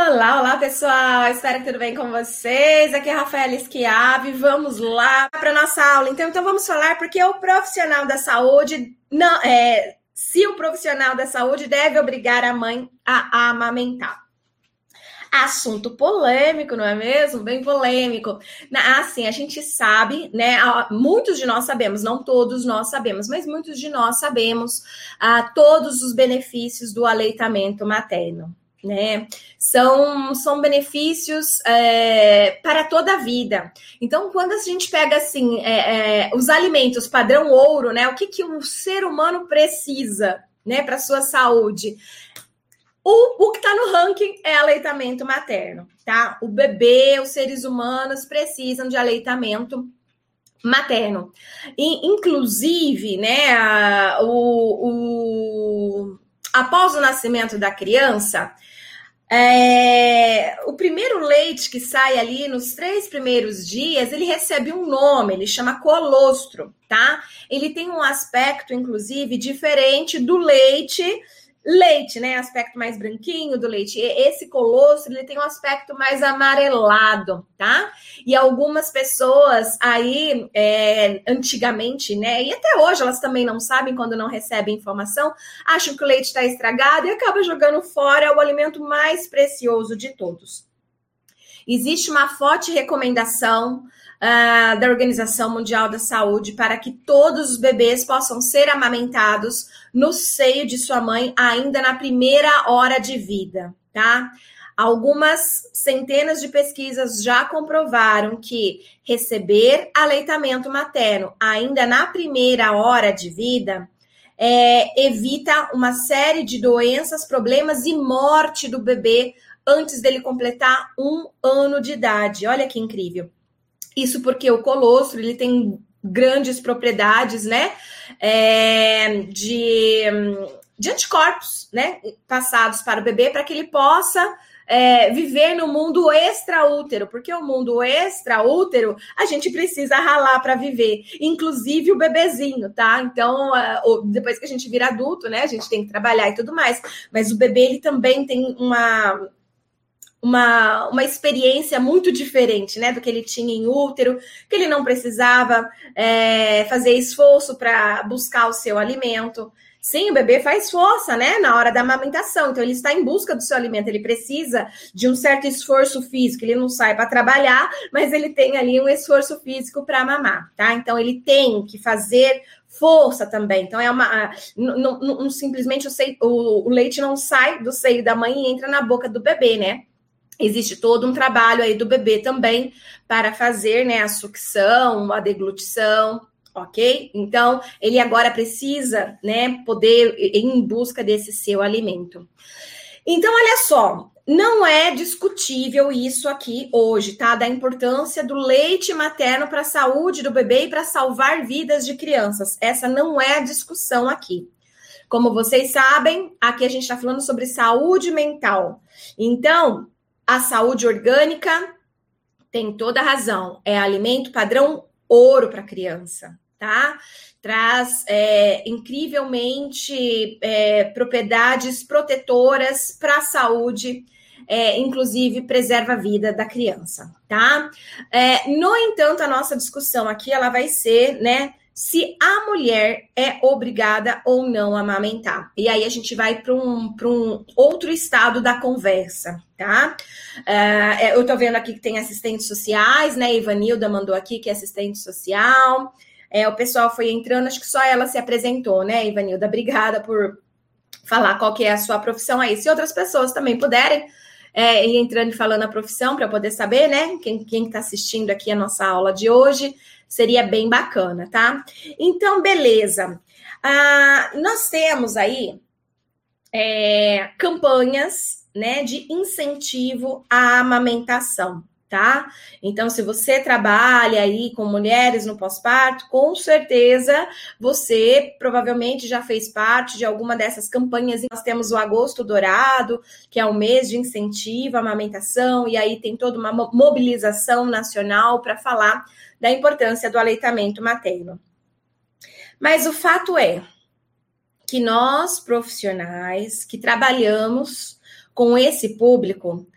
Olá, pessoal! Espero que tudo bem com vocês. Aqui é a Rafaela Schiavi. Vamos lá para nossa aula. Então vamos falar porque o profissional da saúde se o profissional da saúde deve obrigar a mãe a amamentar. Assunto polêmico, não é mesmo? Bem polêmico. Assim, a gente sabe, né? Muitos de nós sabemos, não todos nós sabemos, mas muitos de nós sabemos todos os benefícios do aleitamento materno. Né? São benefícios para toda a vida. Então, quando a gente pega assim os alimentos padrão ouro, né? O que o ser humano precisa, né, para sua saúde? O que está no ranking é aleitamento materno, tá? O bebê, os seres humanos precisam de aleitamento materno. E, inclusive, né, após o nascimento da criança, o primeiro leite que sai ali nos 3 primeiros dias, ele recebe um nome, ele chama colostro, tá? Ele tem um aspecto, inclusive, diferente do leite, né? Aspecto mais branquinho do leite. Esse colostro, ele tem um aspecto mais amarelado, tá? E algumas pessoas aí, antigamente, né? E até hoje elas também não sabem, quando não recebem informação, acham que o leite está estragado e acaba jogando fora o alimento mais precioso de todos. Existe uma forte recomendação da Organização Mundial da Saúde para que todos os bebês possam ser amamentados no seio de sua mãe ainda na primeira hora de vida, tá? Algumas centenas de pesquisas já comprovaram que receber aleitamento materno ainda na primeira hora de vida evita uma série de doenças, problemas e morte do bebê antes dele completar 1 ano de idade. Olha que incrível. Isso porque o colostro, ele tem grandes propriedades, né, de anticorpos, né, passados para o bebê, para que ele possa viver no mundo extraútero, porque o mundo extraútero a gente precisa ralar para viver, inclusive o bebezinho, tá? Então, depois que a gente vira adulto, né, a gente tem que trabalhar e tudo mais, mas o bebê, ele também tem uma experiência muito diferente, né, do que ele tinha em útero, que ele não precisava fazer esforço para buscar o seu alimento. Sim, o bebê faz força, né, na hora da amamentação, então ele está em busca do seu alimento, ele precisa de um certo esforço físico, ele não sai para trabalhar, mas ele tem ali um esforço físico para mamar, tá? Então ele tem que fazer força também, então não simplesmente o leite não sai do seio da mãe e entra na boca do bebê, né? Existe todo um trabalho aí do bebê também para fazer, né, a sucção, a deglutição, ok? Então, ele agora precisa, né, poder ir em busca desse seu alimento. Então, olha só, não é discutível isso aqui hoje, tá? Da importância do leite materno para a saúde do bebê e para salvar vidas de crianças. Essa não é a discussão aqui. Como vocês sabem, aqui a gente está falando sobre saúde mental. Então, a saúde orgânica tem toda a razão. É alimento padrão ouro para a criança, tá? Traz incrivelmente propriedades protetoras para a saúde, inclusive preserva a vida da criança, tá? No entanto, a nossa discussão aqui, ela vai ser, né, se a mulher é obrigada ou não a amamentar. E aí a gente vai para um outro estado da conversa, tá? Eu tô vendo aqui que tem assistentes sociais, né? Ivanilda mandou aqui que é assistente social. O pessoal foi entrando, acho que só ela se apresentou, né, Ivanilda? Obrigada por falar qual que é a sua profissão aí. Se outras pessoas também puderem ir entrando e falando a profissão, para eu poder saber, né, quem está assistindo aqui a nossa aula de hoje, seria bem bacana, tá? Então, beleza. Nós temos aí campanhas, né, de incentivo à amamentação, tá? Então, se você trabalha aí com mulheres no pós-parto, com certeza você provavelmente já fez parte de alguma dessas campanhas. Nós temos o Agosto Dourado, que é o mês de incentivo à amamentação, e aí tem toda uma mobilização nacional para falar da importância do aleitamento materno. Mas o fato é que nós, profissionais, que trabalhamos com esse público,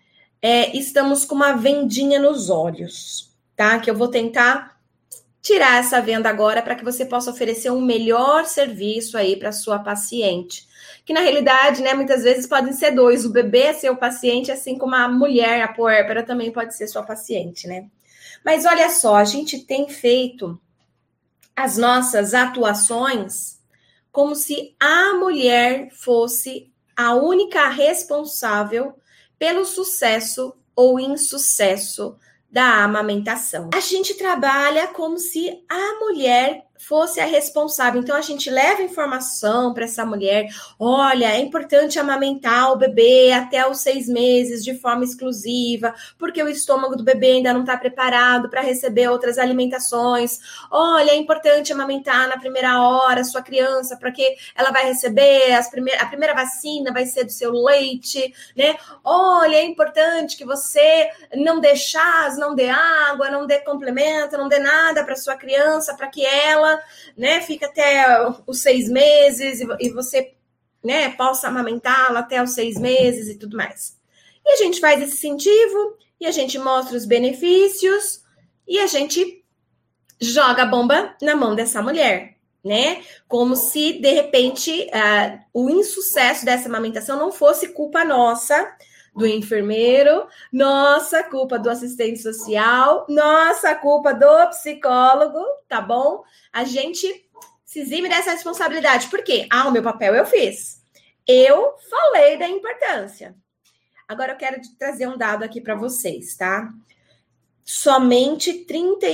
estamos com uma vendinha nos olhos, tá? Que eu vou tentar tirar essa venda agora para que você possa oferecer um melhor serviço aí para sua paciente. Que na realidade, né, muitas vezes podem ser dois, o bebê é seu paciente, assim como a mulher, a puérpera também pode ser sua paciente, né? Mas olha só, a gente tem feito as nossas atuações como se a mulher fosse a única responsável pelo sucesso ou insucesso da amamentação. A gente trabalha como se a mulher fosse a responsável. Então, a gente leva informação para essa mulher. Olha, é importante amamentar o bebê até os 6 meses de forma exclusiva, porque o estômago do bebê ainda não está preparado para receber outras alimentações. Olha, é importante amamentar na primeira hora sua criança, porque ela vai receber a primeira vacina vai ser do seu leite, né? Olha, é importante que você não dê chás, não dê água, não dê complemento, não dê nada para sua criança, para que ela, né, fique até os 6 meses e você, né, possa amamentá-la até os 6 meses e tudo mais. E a gente faz esse incentivo, e a gente mostra os benefícios, e a gente joga a bomba na mão dessa mulher, né? Como se, de repente, o insucesso dessa amamentação não fosse culpa nossa, do enfermeiro, nossa, culpa do assistente social, nossa, culpa do psicólogo, tá bom? A gente se exime dessa responsabilidade. Por quê? O meu papel eu fiz. Eu falei da importância. Agora eu quero trazer um dado aqui para vocês, tá? Somente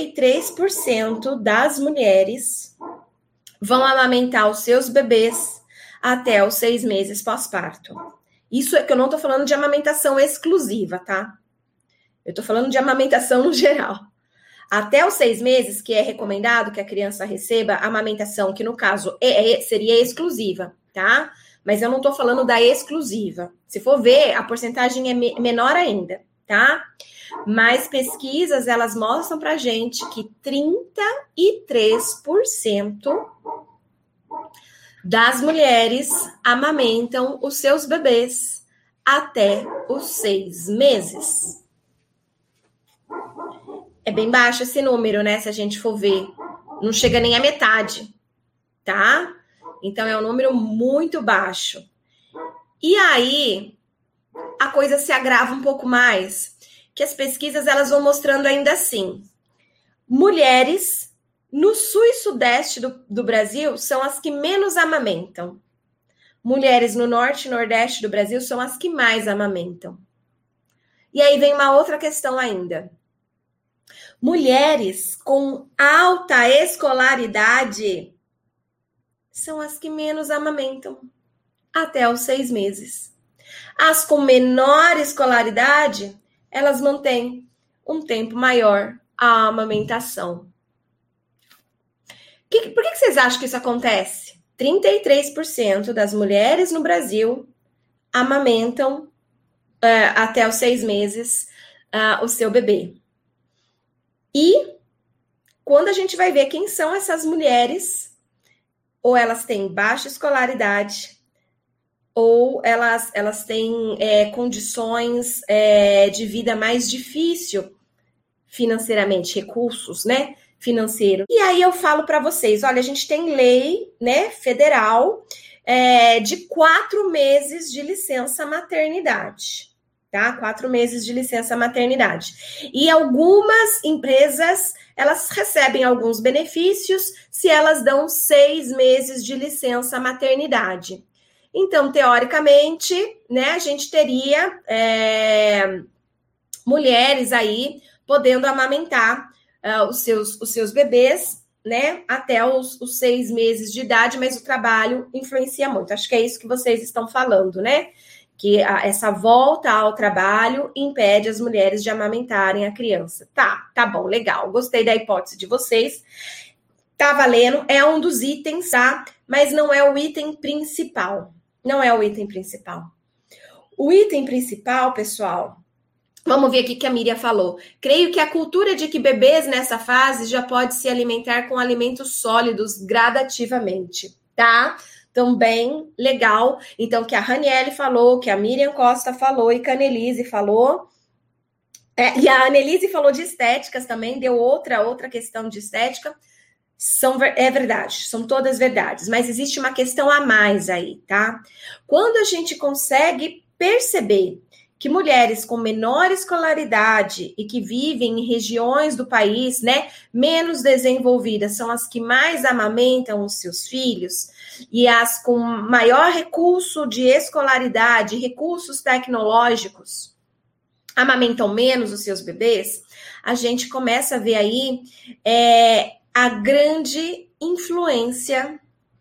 33% das mulheres vão amamentar os seus bebês até os 6 meses pós-parto. Isso é que eu não tô falando de amamentação exclusiva, tá? Eu tô falando de amamentação no geral. Até os 6 meses, que é recomendado que a criança receba amamentação, que no caso seria exclusiva, tá? Mas eu não tô falando da exclusiva. Se for ver, a porcentagem é menor ainda, tá? Mas pesquisas, elas mostram pra gente que 33% das mulheres amamentam os seus bebês até os 6 meses. É bem baixo esse número, né? Se a gente for ver. Não chega nem à metade, tá? Então, é um número muito baixo. E aí, a coisa se agrava um pouco mais, que as pesquisas, elas vão mostrando ainda assim. Mulheres no sul e sudeste do Brasil são as que menos amamentam. Mulheres no norte e nordeste do Brasil são as que mais amamentam. E aí vem uma outra questão ainda. Mulheres com alta escolaridade são as que menos amamentam, até os 6 meses. As com menor escolaridade, elas mantêm um tempo maior a amamentação. Por que vocês acham que isso acontece? 33% das mulheres no Brasil amamentam até os 6 meses o seu bebê. E quando a gente vai ver quem são essas mulheres, ou elas têm baixa escolaridade, ou elas têm condições de vida mais difícil financeiramente, recursos, né? Financeiro. E aí eu falo para vocês, olha, a gente tem lei, né, federal de 4 meses de licença maternidade, tá? 4 meses de licença maternidade. E algumas empresas, elas recebem alguns benefícios se elas dão 6 meses de licença maternidade. Então, teoricamente, né, a gente teria mulheres aí podendo amamentar os seus bebês, né, até os 6 meses de idade, mas o trabalho influencia muito. Acho que é isso que vocês estão falando, né? Que essa volta ao trabalho impede as mulheres de amamentarem a criança. Tá bom, legal. Gostei da hipótese de vocês. Tá valendo, é um dos itens, tá? Mas não é o item principal. Não é o item principal. O item principal, pessoal, vamos ver aqui o que a Miriam falou. Creio que a cultura de que bebês nessa fase já pode se alimentar com alimentos sólidos gradativamente, tá? Também legal. Então, que a Raniele falou, que a Miriam Costa falou e que a Annelise falou, E a Annelise falou de estéticas também, deu outra questão de estética. É verdade, são todas verdades, mas existe uma questão a mais aí, tá? Quando a gente consegue perceber que mulheres com menor escolaridade e que vivem em regiões do país, né, menos desenvolvidas, são as que mais amamentam os seus filhos, e as com maior recurso de escolaridade, recursos tecnológicos, amamentam menos os seus bebês, a gente começa a ver aí a grande influência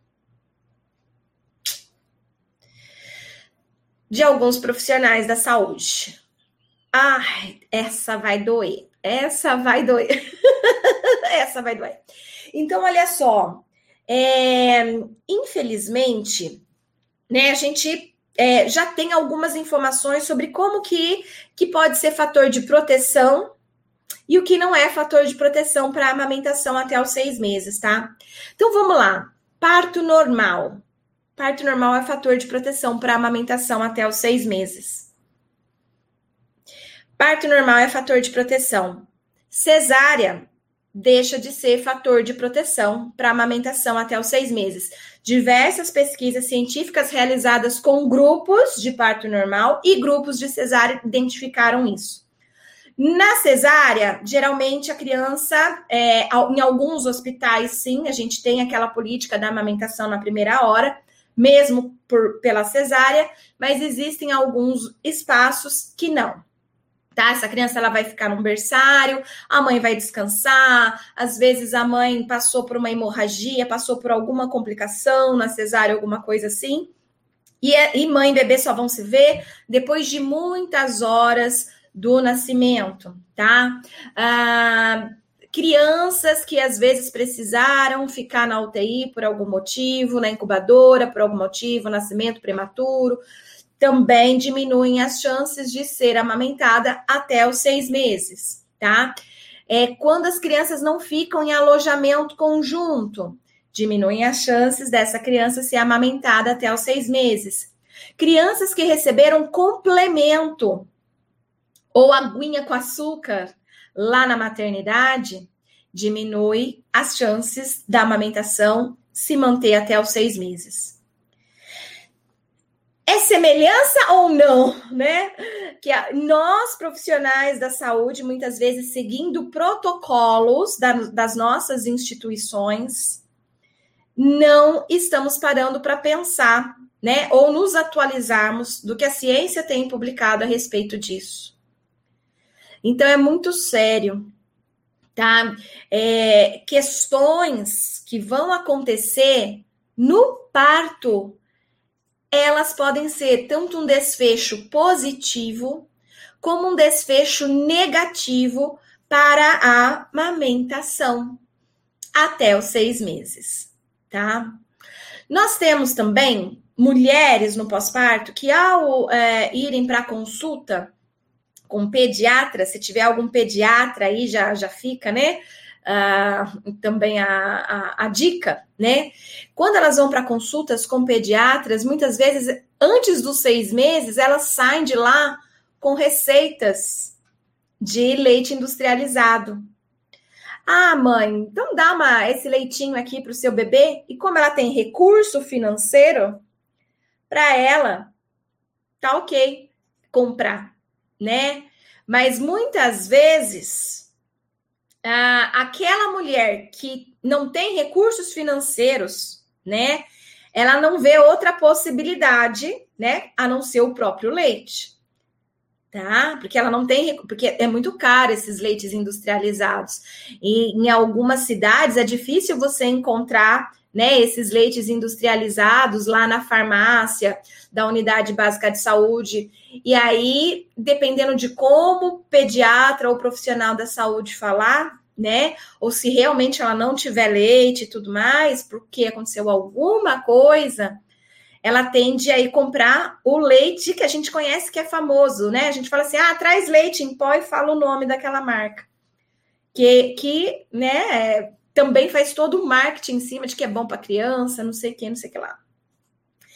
de alguns profissionais da saúde. Ai, essa vai doer. Essa vai doer. Essa vai doer. Então, olha só. Infelizmente, né, a gente já tem algumas informações sobre como que pode ser fator de proteção e o que não é fator de proteção para a amamentação até os 6 meses, tá? Então, vamos lá. Parto normal. Parto normal é fator de proteção para a amamentação até os 6 meses. Parto normal é fator de proteção. Cesárea deixa de ser fator de proteção para a amamentação até os 6 meses. Diversas pesquisas científicas realizadas com grupos de parto normal e grupos de cesárea identificaram isso. Na cesárea, geralmente a criança, em alguns hospitais, sim, a gente tem aquela política da amamentação na primeira hora, mesmo pela cesárea, mas existem alguns espaços que não. Tá? Essa criança ela vai ficar num berçário, a mãe vai descansar, às vezes a mãe passou por uma hemorragia, passou por alguma complicação na cesárea, alguma coisa assim, e mãe e bebê só vão se ver depois de muitas horas do nascimento, tá? Crianças que às vezes precisaram ficar na UTI por algum motivo, na incubadora por algum motivo, nascimento prematuro, também diminuem as chances de ser amamentada até os 6 meses, tá? Quando as crianças não ficam em alojamento conjunto, diminuem as chances dessa criança ser amamentada até os 6 meses. Crianças que receberam complemento ou aguinha com açúcar lá na maternidade, diminui as chances da amamentação se manter até os 6 meses. É semelhança ou não, né? Que nós, profissionais da saúde, muitas vezes seguindo protocolos das nossas instituições, não estamos parando para pensar, né? Ou nos atualizarmos do que a ciência tem publicado a respeito disso. Então, é muito sério, tá? Questões que vão acontecer no parto, elas podem ser tanto um desfecho positivo, como um desfecho negativo para a amamentação até os 6 meses, tá? Nós temos também mulheres no pós-parto que, ao irem para a consulta com pediatra, se tiver algum pediatra aí, já fica, né? Também a dica, né? Quando elas vão para consultas com pediatras, muitas vezes, antes dos 6 meses, elas saem de lá com receitas de leite industrializado. Mãe, então dá esse leitinho aqui para o seu bebê, e como ela tem recurso financeiro, para ela, tá ok comprar, né? Mas muitas vezes, aquela mulher que não tem recursos financeiros, né? Ela não vê outra possibilidade, né? A não ser o próprio leite, tá? Porque ela não tem, porque é muito caro esses leites industrializados. E em algumas cidades é difícil você encontrar, né, esses leites industrializados lá na farmácia da unidade básica de saúde. E aí, dependendo de como o pediatra ou profissional da saúde falar, né, ou se realmente ela não tiver leite e tudo mais, porque aconteceu alguma coisa, ela tende a ir comprar o leite que a gente conhece, que é famoso, né? A gente fala assim, traz leite em pó, e fala o nome daquela marca. Que né, também faz todo o marketing em cima de que é bom para criança, não sei o que lá.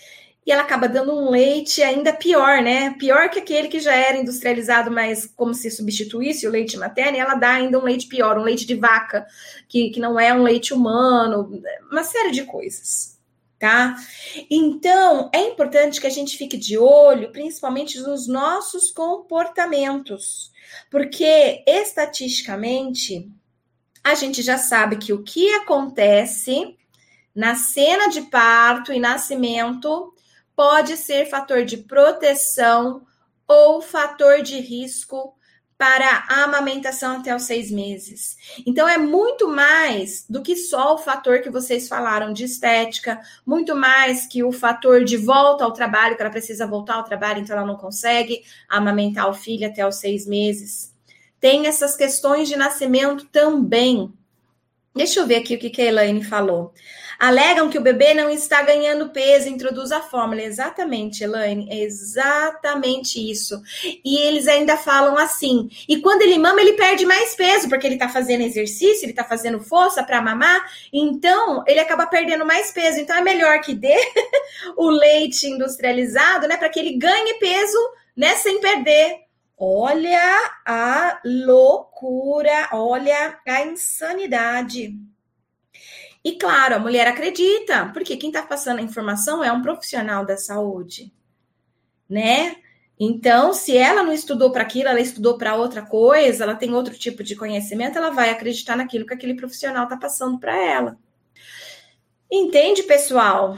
e ela acaba dando um leite ainda pior, né? Pior que aquele que já era industrializado, mas como se substituísse o leite materno, e ela dá ainda um leite pior, um leite de vaca, que não é um leite humano, uma série de coisas, tá? Então, é importante que a gente fique de olho, principalmente nos nossos comportamentos, porque estatisticamente a gente já sabe que o que acontece na cena de parto e nascimento pode ser fator de proteção ou fator de risco para a amamentação até os 6 meses. Então, é muito mais do que só o fator que vocês falaram de estética, muito mais que o fator de volta ao trabalho, que ela precisa voltar ao trabalho, então ela não consegue amamentar o filho até os 6 meses. Tem essas questões de nascimento também. Deixa eu ver aqui o que a Elaine falou. Alegam que o bebê não está ganhando peso, introduz a fórmula. Exatamente, Elaine, é exatamente isso. E eles ainda falam assim, e quando ele mama, ele perde mais peso, porque ele está fazendo exercício, ele está fazendo força para mamar, então ele acaba perdendo mais peso. Então é melhor que dê o leite industrializado, né, para que ele ganhe peso, né, sem perder. Olha a loucura, olha a insanidade. E claro, a mulher acredita, porque quem está passando a informação é um profissional da saúde, né? Então, se ela não estudou para aquilo, ela estudou para outra coisa, ela tem outro tipo de conhecimento, ela vai acreditar naquilo que aquele profissional está passando para ela. Entende, pessoal?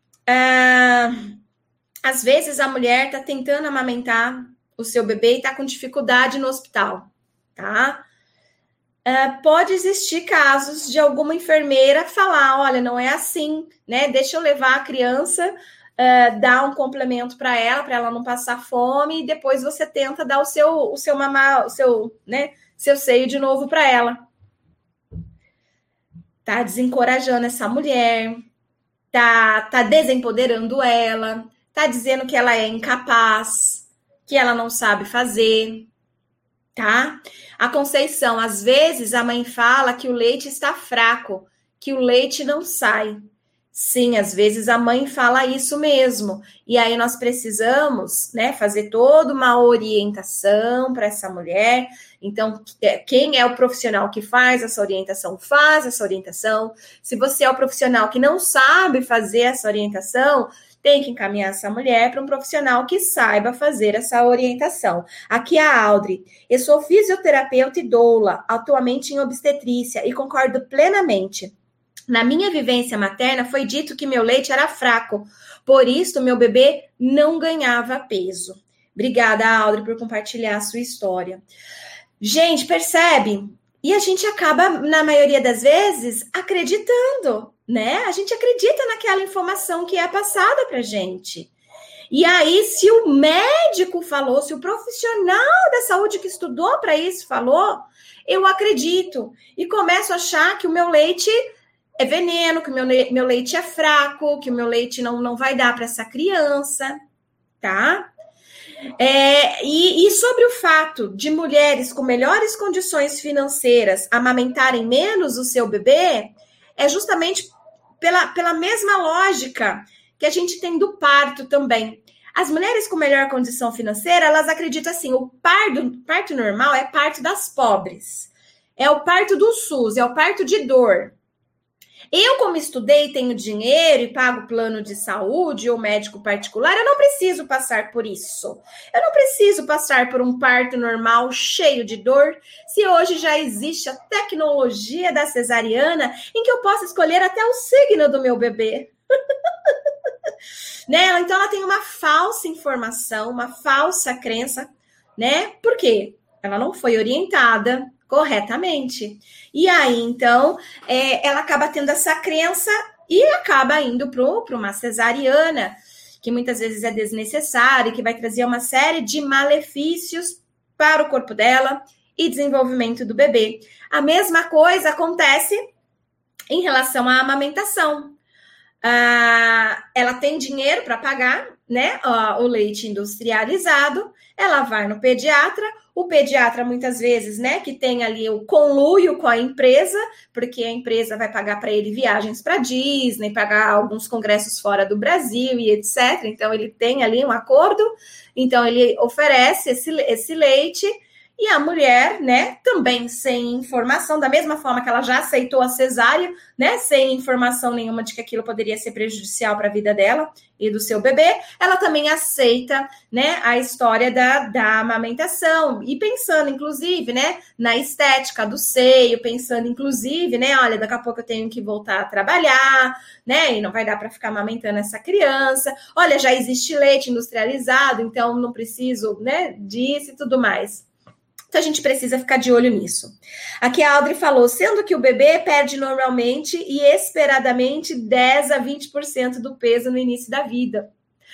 Às vezes a mulher está tentando amamentar o seu bebê e está com dificuldade no hospital, tá? Pode existir casos de alguma enfermeira falar, olha, não é assim, né? Deixa eu levar a criança, dar um complemento para ela não passar fome, e depois você tenta dar o seu mamar, né, seu seio de novo para ela. Tá desencorajando essa mulher, tá desempoderando ela, tá dizendo que ela é incapaz, que ela não sabe fazer, tá? A Conceição, às vezes a mãe fala que o leite está fraco, que o leite não sai. Sim, às vezes a mãe fala isso mesmo. E aí nós precisamos, né, fazer toda uma orientação para essa mulher. Então, quem é o profissional que faz essa orientação, faz essa orientação. Se você é o profissional que não sabe fazer essa orientação, tem que encaminhar essa mulher para um profissional que saiba fazer essa orientação. Aqui a Audrey. Eu sou fisioterapeuta e doula, atualmente em obstetrícia, e concordo plenamente. Na minha vivência materna, foi dito que meu leite era fraco, por isso meu bebê não ganhava peso. Obrigada, Audrey, por compartilhar a sua história. Gente, percebe? E a gente acaba, na maioria das vezes, acreditando, né? A gente acredita naquela informação que é passada pra gente. E aí, se o médico falou, se o profissional da saúde que estudou para isso falou, eu acredito. E começo a achar que o meu leite é veneno, que o meu leite é fraco, que o meu leite não vai dar para essa criança, tá? E sobre o fato de mulheres com melhores condições financeiras amamentarem menos o seu bebê, é justamente pela mesma lógica que a gente tem do parto também. As mulheres com melhor condição financeira, elas acreditam assim, o parto normal é parto das pobres, é o parto do SUS, é o parto de dor. Eu, como estudei, tenho dinheiro e pago plano de saúde ou médico particular, eu não preciso passar por isso. Eu não preciso passar por um parto normal cheio de dor, se hoje já existe a tecnologia da cesariana em que eu posso escolher até o signo do meu bebê. Né? Então, ela tem uma falsa informação, uma falsa crença, né? Por quê? Ela não foi orientada corretamente. E aí, então, ela acaba tendo essa crença e acaba indo para uma cesariana, que muitas vezes é desnecessária, que vai trazer uma série de malefícios para o corpo dela e desenvolvimento do bebê. A mesma coisa acontece em relação à amamentação. ela tem dinheiro para pagar, né, o leite industrializado, ela vai no pediatra, o pediatra muitas vezes, né, que tem ali o conluio com a empresa, porque a empresa vai pagar para ele viagens para Disney, pagar alguns congressos fora do Brasil e etc. Então ele tem ali um acordo, então ele oferece esse leite. E a mulher, né, também sem informação, da mesma forma que ela já aceitou a cesárea, né, sem informação nenhuma de que aquilo poderia ser prejudicial para a vida dela e do seu bebê, ela também aceita, né, a história da amamentação, e pensando, inclusive, né, na estética do seio, pensando, inclusive, né, olha, daqui a pouco eu tenho que voltar a trabalhar, né, e não vai dar para ficar amamentando essa criança, olha, já existe leite industrializado, então não preciso, né, disso e tudo mais. Então, a gente precisa ficar de olho nisso. Aqui a Audrey falou, sendo que o bebê perde normalmente e esperadamente 10 a 20% do peso no início da vida.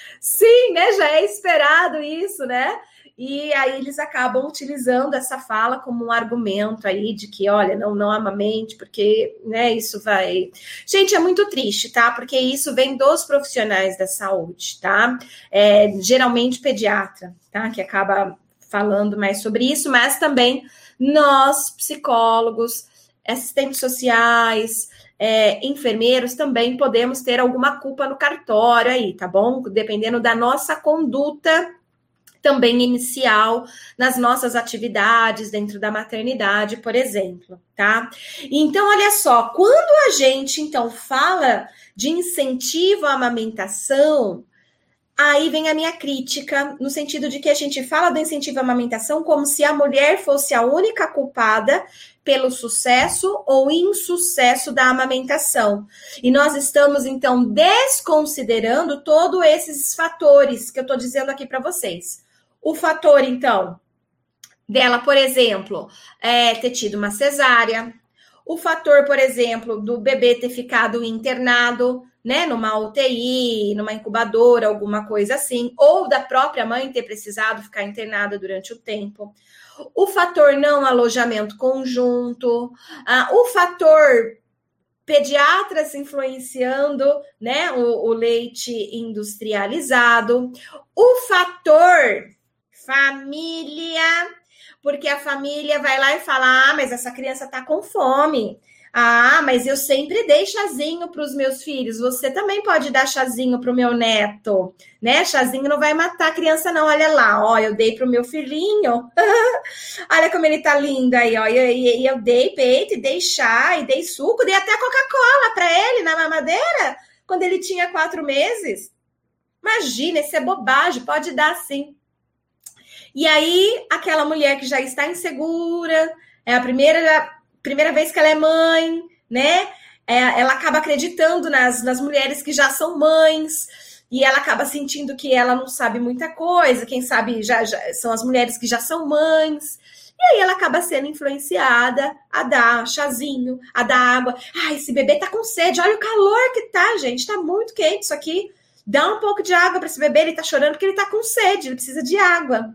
Sim, né? Já é esperado isso, né? E aí eles acabam utilizando essa fala como um argumento aí de que, olha, não amamente, porque, né, isso vai... Gente, é muito triste, tá? Porque isso vem dos profissionais da saúde, tá? Geralmente pediatra, tá? Que acaba falando mais sobre isso, mas também nós, psicólogos, assistentes sociais, enfermeiros, também podemos ter alguma culpa no cartório aí, tá bom? Dependendo da nossa conduta também inicial nas nossas atividades dentro da maternidade, por exemplo, tá? Então, olha só, quando a gente, então, fala de incentivo à amamentação, aí vem a minha crítica, no sentido de que a gente fala do incentivo à amamentação como se a mulher fosse a única culpada pelo sucesso ou insucesso da amamentação. E nós estamos, então, desconsiderando todos esses fatores que eu estou dizendo aqui para vocês. O fator, então, dela, por exemplo, ter tido uma cesárea. O fator, por exemplo, do bebê ter ficado internado, né, numa UTI, numa incubadora, alguma coisa assim, ou da própria mãe ter precisado ficar internada durante o tempo. O fator não alojamento conjunto, o fator pediatras influenciando, né, o leite industrializado, o fator família, porque a família vai lá e fala, mas essa criança tá com fome. Mas eu sempre dei chazinho para os meus filhos. Você também pode dar chazinho para o meu neto, né? Chazinho não vai matar a criança, não. Olha lá, ó, eu dei para o meu filhinho. Olha como ele tá lindo aí, ó. E eu dei peito, e dei chá, e dei suco, dei até Coca-Cola para ele na mamadeira, quando ele tinha 4 meses. Imagina, isso é bobagem, pode dar sim. E aí, aquela mulher que já está insegura, é a primeira vez que ela é mãe, né? Ela acaba acreditando nas mulheres que já são mães, e ela acaba sentindo que ela não sabe muita coisa, quem sabe já são as mulheres que já são mães, e aí ela acaba sendo influenciada a dar chazinho, a dar água. Esse bebê tá com sede, olha o calor que tá, gente, tá muito quente isso aqui. Dá um pouco de água para esse bebê, ele tá chorando porque ele tá com sede, ele precisa de água.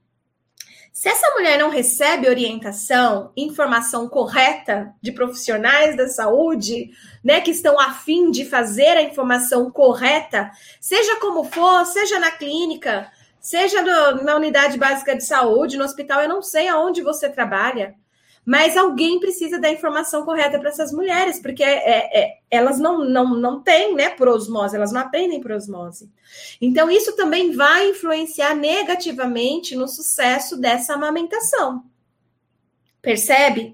Se essa mulher não recebe orientação, informação correta de profissionais da saúde, né, que estão a fim de fazer a informação correta, seja como for, seja na clínica, seja na unidade básica de saúde, no hospital, eu não sei aonde você trabalha, mas alguém precisa dar a informação correta para essas mulheres, porque elas não têm, né, por osmose, elas não aprendem por osmose. Então, isso também vai influenciar negativamente no sucesso dessa amamentação. Percebe?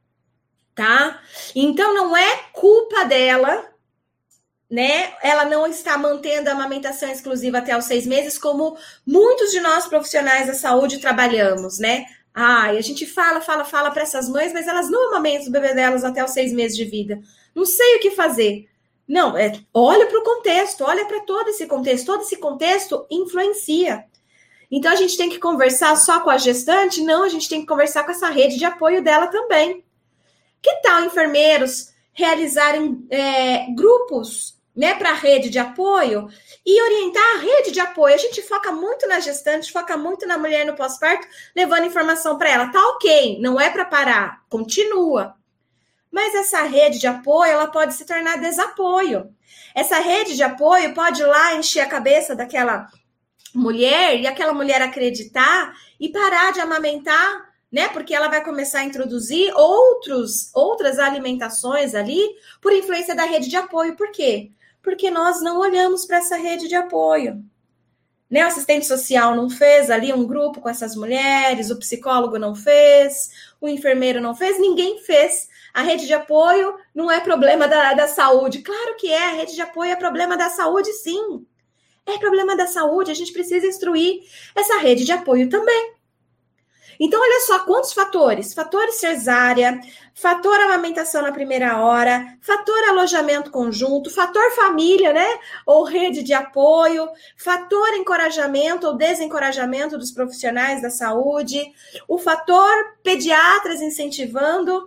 Tá? Então, não é culpa dela, né? Ela não está mantendo a amamentação exclusiva até os 6 meses, como muitos de nós profissionais da saúde trabalhamos, né? E a gente fala para essas mães, mas elas não amamentam o bebê delas até os 6 meses de vida. Não sei o que fazer. Não, olha para o contexto, olha para todo esse contexto influencia. Então, a gente tem que conversar só com a gestante? Não, a gente tem que conversar com essa rede de apoio dela também. Que tal enfermeiros realizarem grupos, né, para a rede de apoio e orientar a rede de apoio? A gente foca muito na gestante, foca muito na mulher no pós-parto, levando informação para ela. Tá ok, não é para parar, continua. Mas essa rede de apoio, ela pode se tornar desapoio. Essa rede de apoio pode ir lá encher a cabeça daquela mulher e aquela mulher acreditar e parar de amamentar, né? Porque ela vai começar a introduzir outras alimentações ali por influência da rede de apoio. Por quê? Porque nós não olhamos para essa rede de apoio. Né? O assistente social não fez ali um grupo com essas mulheres, o psicólogo não fez, o enfermeiro não fez, ninguém fez. A rede de apoio não é problema da saúde. Claro que é, a rede de apoio é problema da saúde, sim. É problema da saúde, a gente precisa instruir essa rede de apoio também. Então, olha só quantos fatores. Fator cesárea, fator amamentação na primeira hora, fator alojamento conjunto, fator família, né? Ou rede de apoio, fator encorajamento ou desencorajamento dos profissionais da saúde, o fator pediatras incentivando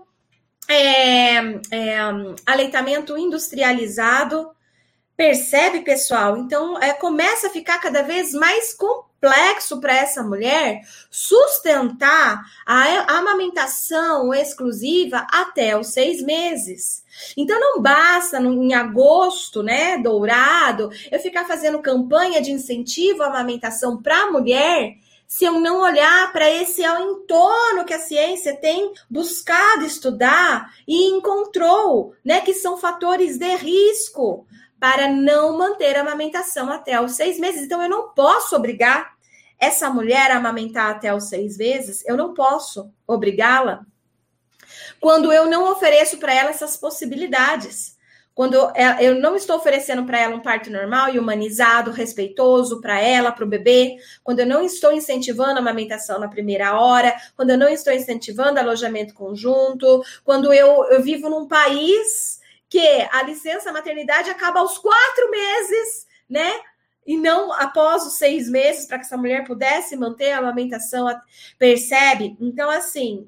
aleitamento industrializado. Percebe, pessoal? Então, começa a ficar cada vez mais complexo para essa mulher sustentar a amamentação exclusiva até os 6 meses. Então, não basta em agosto, né, dourado, eu ficar fazendo campanha de incentivo à amamentação para a mulher se eu não olhar para esse entorno que a ciência tem buscado estudar e encontrou, né, que são fatores de risco para não manter a amamentação até os 6 meses. Então, eu não posso obrigar essa mulher a amamentar até os 6 meses, eu não posso obrigá-la quando eu não ofereço para ela essas possibilidades. Quando eu não estou oferecendo para ela um parto normal e humanizado, respeitoso para ela, para o bebê, quando eu não estou incentivando a amamentação na primeira hora, quando eu não estou incentivando alojamento conjunto, quando eu vivo num país que a licença maternidade acaba aos 4 meses, né? E não após os 6 meses, para que essa mulher pudesse manter a amamentação, percebe? Então, assim,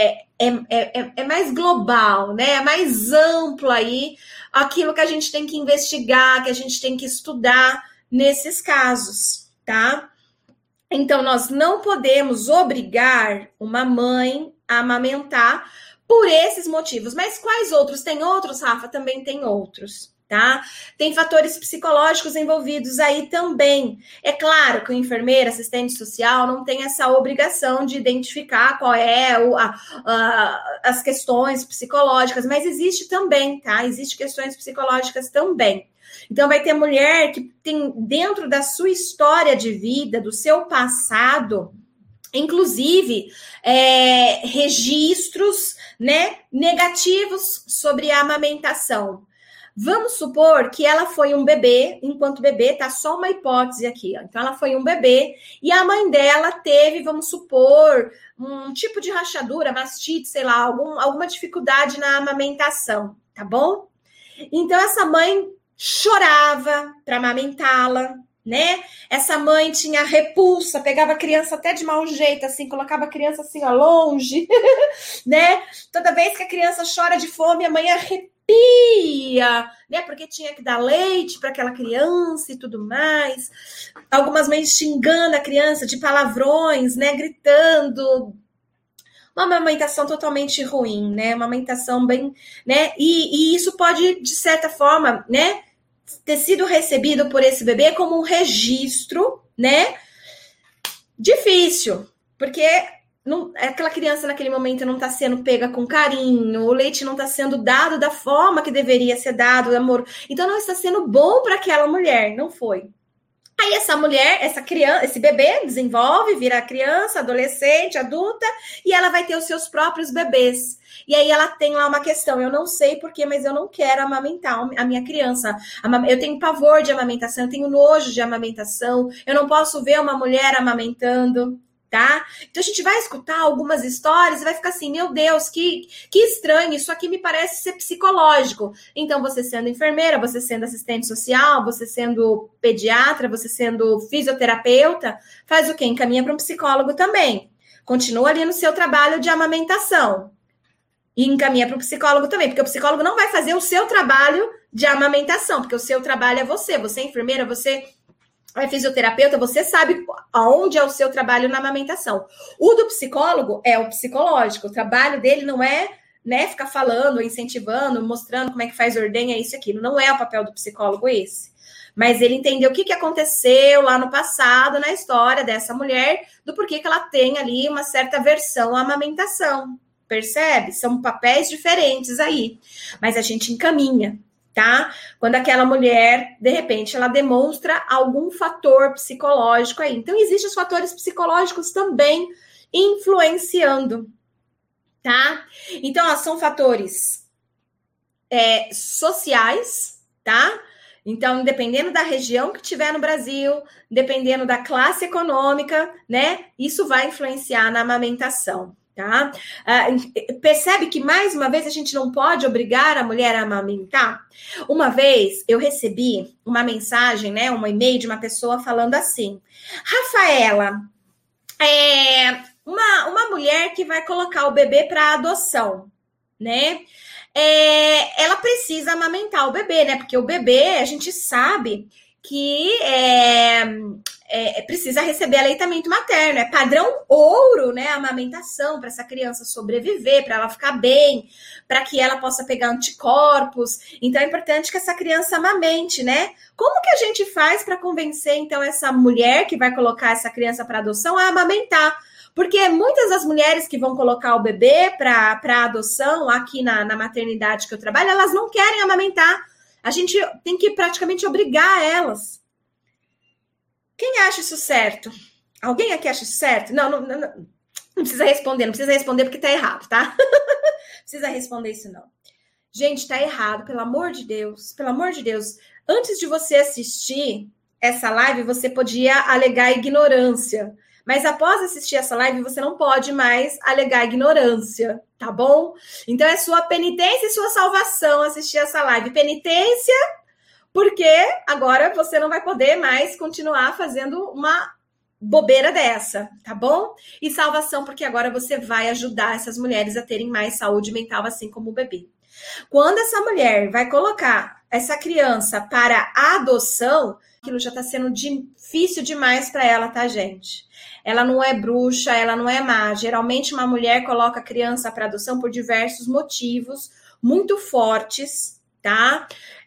é mais global, né? É mais amplo aí aquilo que a gente tem que investigar, que a gente tem que estudar nesses casos, tá? Então, nós não podemos obrigar uma mãe a amamentar por esses motivos. Mas quais outros? Tem outros, Rafa? Também tem outros. Tá? Tem fatores psicológicos envolvidos aí também. É claro que o enfermeiro, assistente social, não tem essa obrigação de identificar qual é as questões psicológicas, mas existe também, tá? Existem questões psicológicas também. Então, vai ter mulher que tem dentro da sua história de vida, do seu passado, inclusive registros, né, negativos sobre a amamentação. Vamos supor que ela foi um bebê, enquanto bebê, tá só uma hipótese aqui, ó. Então, ela foi um bebê e a mãe dela teve, vamos supor, um tipo de rachadura, mastite, sei lá, alguma dificuldade na amamentação, tá bom? Então, essa mãe chorava para amamentá-la, né? Essa mãe tinha repulsa, pegava a criança até de mau jeito, assim, colocava a criança assim, ó, longe, né? Toda vez que a criança chora de fome, a mãe arrepia, né? Porque tinha que dar leite para aquela criança e tudo mais. Algumas mães xingando a criança de palavrões, né? Gritando. Uma amamentação totalmente ruim, né? Uma amamentação bem, né? E isso pode, de certa forma, né, ter sido recebido por esse bebê como um registro, né? Difícil, porque aquela criança naquele momento não está sendo pega com carinho, o leite não está sendo dado da forma que deveria ser dado, amor. Então não está sendo bom para aquela mulher, não foi. Aí essa mulher, essa criança, esse bebê desenvolve, vira criança, adolescente, adulta, e ela vai ter os seus próprios bebês. E aí ela tem lá uma questão, eu não sei porquê, mas eu não quero amamentar a minha criança. Eu tenho pavor de amamentação, eu tenho nojo de amamentação, eu não posso ver uma mulher amamentando, tá? Então a gente vai escutar algumas histórias e vai ficar assim, meu Deus, que estranho, isso aqui me parece ser psicológico. Então você sendo enfermeira, você sendo assistente social, você sendo pediatra, você sendo fisioterapeuta, faz o quê? Encaminha para um psicólogo também. Continua ali no seu trabalho de amamentação. E encaminha para o psicólogo também, porque o psicólogo não vai fazer o seu trabalho de amamentação, porque o seu trabalho é você é enfermeira, você é fisioterapeuta, você sabe aonde é o seu trabalho na amamentação. O do psicólogo é o psicológico, o trabalho dele não é né, ficar falando, incentivando, mostrando como é que faz ordenha, isso e aquilo. Não é o papel do psicólogo esse. Mas ele entendeu o que aconteceu lá no passado, na história dessa mulher, do porquê que ela tem ali uma certa aversão à amamentação. Percebe? São papéis diferentes aí. Mas a gente encaminha, tá? Quando aquela mulher, de repente, ela demonstra algum fator psicológico aí. Então, existem os fatores psicológicos também influenciando, tá? Então, ó, são fatores sociais, tá? Então, dependendo da região que tiver no Brasil, dependendo da classe econômica, né? Isso vai influenciar na amamentação, tá? Percebe que, mais uma vez, a gente não pode obrigar a mulher a amamentar? Uma vez, eu recebi uma mensagem, né? Um e-mail de uma pessoa falando assim: Rafaela, uma mulher que vai colocar o bebê para adoção, né? Ela precisa amamentar o bebê, né? Porque o bebê, a gente sabe que precisa receber aleitamento materno. É padrão ouro, né? A amamentação para essa criança sobreviver, para ela ficar bem, para que ela possa pegar anticorpos. Então, é importante que essa criança amamente, né? Como que a gente faz para convencer, então, essa mulher que vai colocar essa criança para adoção a amamentar? Porque muitas das mulheres que vão colocar o bebê para adoção aqui na maternidade que eu trabalho, elas não querem amamentar. A gente tem que praticamente obrigar elas. Quem acha isso certo? Alguém aqui acha isso certo? Não precisa responder, não precisa responder porque tá errado, tá? Não precisa responder isso, não. Gente, tá errado, pelo amor de Deus. Pelo amor de Deus. Antes de você assistir essa live, você podia alegar ignorância. Mas após assistir essa live, você não pode mais alegar ignorância, tá bom? Então, é sua penitência e sua salvação assistir essa live. Penitência, porque agora você não vai poder mais continuar fazendo uma bobeira dessa, tá bom? E salvação, porque agora você vai ajudar essas mulheres a terem mais saúde mental, assim como o bebê. Quando essa mulher vai colocar essa criança para a adoção, aquilo já tá sendo difícil demais para ela, tá, gente? Ela não é bruxa, ela não é má. Geralmente, uma mulher coloca a criança para adoção por diversos motivos muito fortes, tá?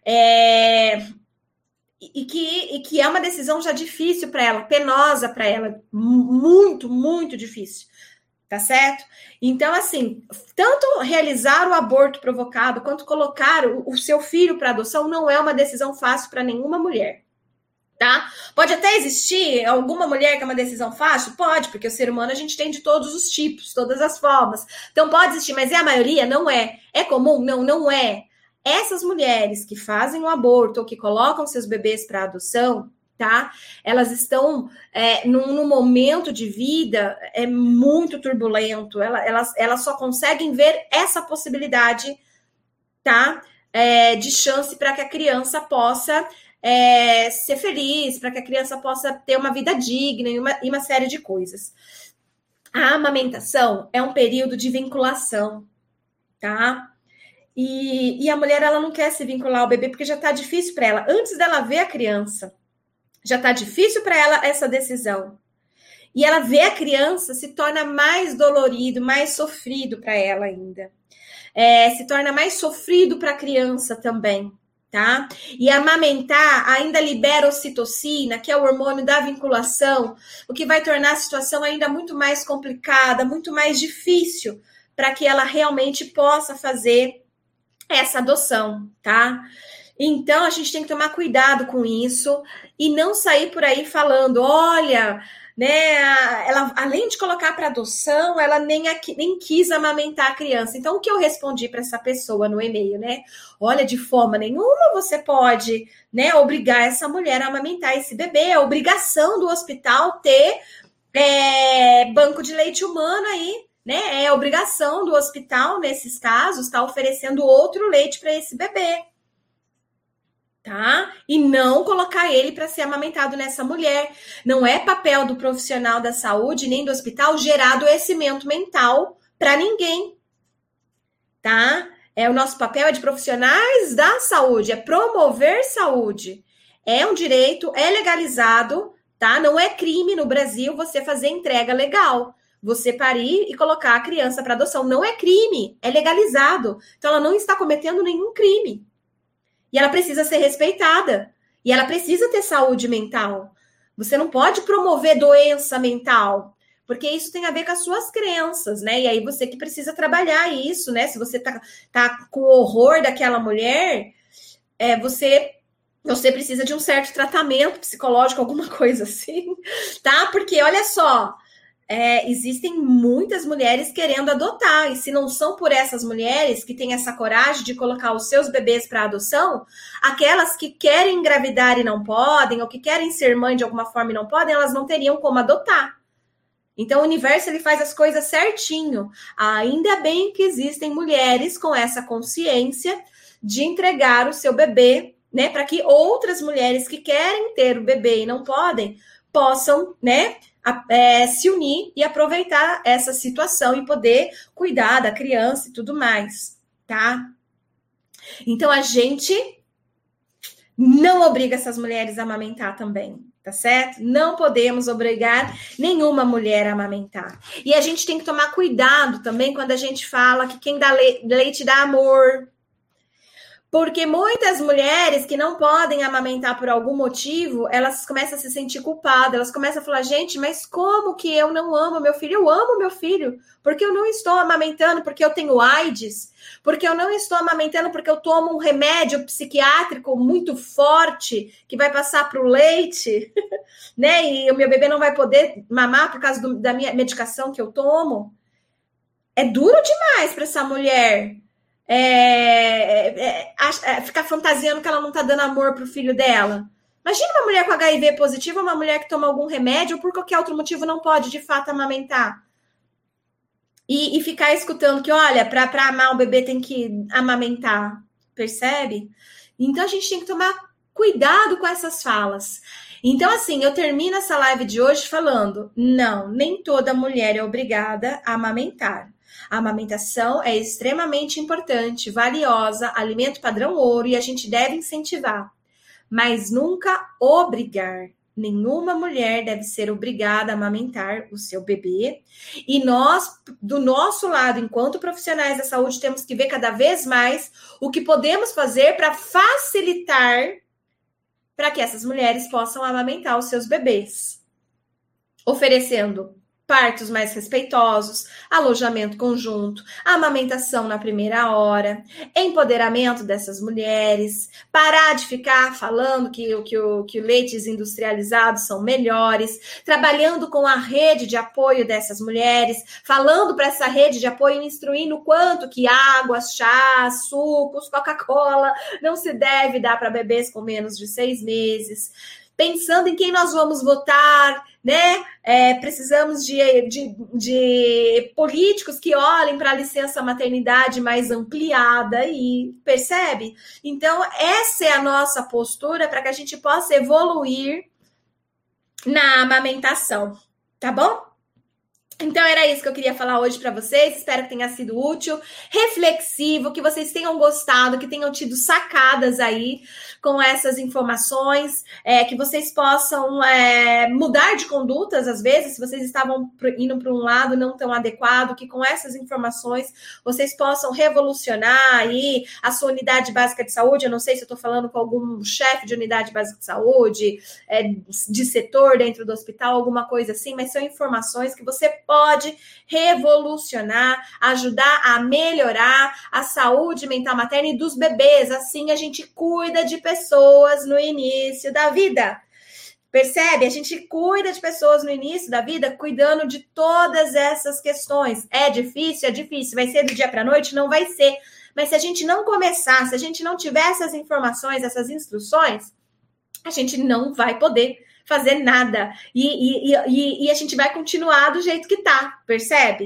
E que é uma decisão já difícil para ela, penosa para ela, muito, muito difícil, tá certo? Então, assim, tanto realizar o aborto provocado quanto colocar o seu filho para adoção não é uma decisão fácil para nenhuma mulher. Tá? Pode até existir alguma mulher que é uma decisão fácil? Pode, porque o ser humano a gente tem de todos os tipos, todas as formas. Então pode existir, mas a maioria? Não é. É comum? Não, não é. Essas mulheres que fazem o aborto ou que colocam seus bebês para adoção, tá? Elas estão num momento de vida muito turbulento. Elas só conseguem ver essa possibilidade, tá? De chance para que a criança possa ser feliz, para que a criança possa ter uma vida digna e uma série de coisas. A amamentação é um período de vinculação, tá? E a mulher, ela não quer se vincular ao bebê porque já tá difícil para ela. Antes dela ver a criança, já tá difícil para ela essa decisão. E ela vê a criança, se torna mais dolorido, mais sofrido para ela ainda. Se torna mais sofrido para a criança também. Tá? E amamentar ainda libera ocitocina, que é o hormônio da vinculação, o que vai tornar a situação ainda muito mais complicada, muito mais difícil para que ela realmente possa fazer essa adoção, tá? Então, a gente tem que tomar cuidado com isso e não sair por aí falando, olha, né, ela, além de colocar para adoção, ela nem quis amamentar a criança. Então, o que eu respondi para essa pessoa no e-mail, né? Olha, de forma nenhuma você pode, né, obrigar essa mulher a amamentar esse bebê. É obrigação do hospital ter banco de leite humano aí, né? É obrigação do hospital, nesses casos, estar oferecendo outro leite para esse bebê. Tá? E não colocar ele para ser amamentado nessa mulher. Não é papel do profissional da saúde nem do hospital gerar adoecimento mental para ninguém, tá? O nosso papel é de profissionais da saúde, é promover saúde. É um direito, é legalizado, tá? Não é crime no Brasil você fazer entrega legal. você parir e colocar a criança para adoção. Não é crime, é legalizado. Então, ela não está cometendo nenhum crime. E ela precisa ser respeitada. E ela precisa ter saúde mental. Você não pode promover doença mental, porque isso tem a ver com as suas crenças, né? E aí você que precisa trabalhar isso, né? Se você tá com horror daquela mulher, você precisa de um certo tratamento psicológico, alguma coisa assim, tá? Porque, olha só, existem muitas mulheres querendo adotar, e se não são por essas mulheres que têm essa coragem de colocar os seus bebês para adoção, aquelas que querem engravidar e não podem, ou que querem ser mãe de alguma forma e não podem, elas não teriam como adotar. Então, o universo, ele faz as coisas certinho. Ainda bem que existem mulheres com essa consciência de entregar o seu bebê, né, para que outras mulheres que querem ter o bebê e não podem, possam, né, se unir e aproveitar essa situação e poder cuidar da criança e tudo mais, tá? Então, a gente não obriga essas mulheres a amamentar também, tá certo? Não podemos obrigar nenhuma mulher a amamentar. E a gente tem que tomar cuidado também quando a gente fala que quem dá leite dá amor. Porque muitas mulheres que não podem amamentar por algum motivo, elas começam a se sentir culpadas, elas começam a falar, gente, mas como que eu não amo meu filho? Eu amo meu filho, porque eu não estou amamentando porque eu tenho AIDS, porque eu não estou amamentando porque eu tomo um remédio psiquiátrico muito forte que vai passar para o leite, né? E o meu bebê não vai poder mamar por causa da minha medicação que eu tomo. É duro demais para essa mulher ficar fantasiando que ela não tá dando amor pro filho dela. Imagina uma mulher com HIV positivo, uma mulher que toma algum remédio ou por qualquer outro motivo não pode, de fato, amamentar. E ficar escutando que, olha, para amar o bebê tem que amamentar. Percebe? Então, a gente tem que tomar cuidado com essas falas. Então, assim, eu termino essa live de hoje falando, não, nem toda mulher é obrigada a amamentar. A amamentação é extremamente importante, valiosa, alimento padrão ouro e a gente deve incentivar, mas nunca obrigar. Nenhuma mulher deve ser obrigada a amamentar o seu bebê. E nós, do nosso lado, enquanto profissionais da saúde, temos que ver cada vez mais o que podemos fazer para facilitar para que essas mulheres possam amamentar os seus bebês, oferecendo partos mais respeitosos, alojamento conjunto, amamentação na primeira hora, empoderamento dessas mulheres, parar de ficar falando que leites industrializados são melhores, trabalhando com a rede de apoio dessas mulheres, falando para essa rede de apoio, instruindo o quanto que águas, chás, sucos, Coca-Cola não se deve dar para bebês com menos de 6 meses, pensando em quem nós vamos votar, né? Precisamos de políticos que olhem para a licença maternidade mais ampliada e percebe? Então, essa é a nossa postura para que a gente possa evoluir na amamentação, tá bom? Então, era isso que eu queria falar hoje para vocês. Espero que tenha sido útil, reflexivo, que vocês tenham gostado, que tenham tido sacadas aí com essas informações, que vocês possam mudar de condutas, às vezes, se vocês estavam indo para um lado não tão adequado, que com essas informações vocês possam revolucionar aí a sua unidade básica de saúde. Eu não sei se eu estou falando com algum chefe de unidade básica de saúde, de setor dentro do hospital, alguma coisa assim, mas são informações que você pode revolucionar, ajudar a melhorar a saúde mental materna e dos bebês. Assim a gente cuida de pessoas no início da vida. Percebe? A gente cuida de pessoas no início da vida, cuidando de todas essas questões. É difícil? É difícil. Vai ser do dia para a noite? Não vai ser. Mas se a gente não começar, se a gente não tiver essas informações, essas instruções, a gente não vai poder fazer nada. E a gente vai continuar do jeito que tá, percebe?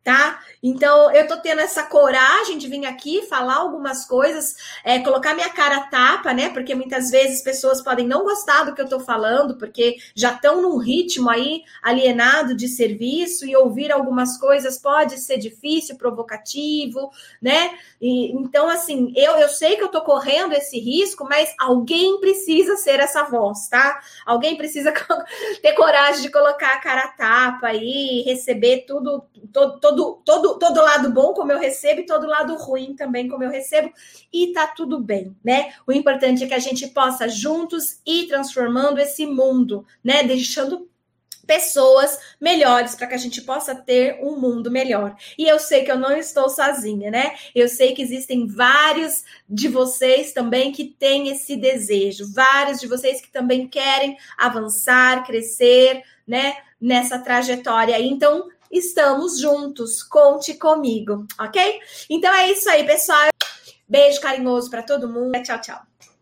tá? Então, eu tô tendo essa coragem de vir aqui falar algumas coisas, colocar minha cara a tapa, né? Porque muitas vezes pessoas podem não gostar do que eu tô falando, porque já estão num ritmo aí alienado de serviço e ouvir algumas coisas pode ser difícil, provocativo, né? Então, assim, eu sei que eu tô correndo esse risco, mas alguém precisa ser essa voz, tá? Alguém precisa ter coragem de colocar a cara a tapa e receber tudo, todo lado bom como eu recebo e todo lado ruim também como eu recebo, e tá tudo bem, né? O importante é que a gente possa juntos ir transformando esse mundo, né? Deixando pessoas melhores para que a gente possa ter um mundo melhor. E eu sei que eu não estou sozinha, né? Eu sei que existem vários de vocês também que têm esse desejo, vários de vocês que também querem avançar, crescer, né? Nessa trajetória aí. Então, estamos juntos, conte comigo, ok? Então é isso aí, pessoal. Beijo carinhoso para todo mundo. Tchau, tchau.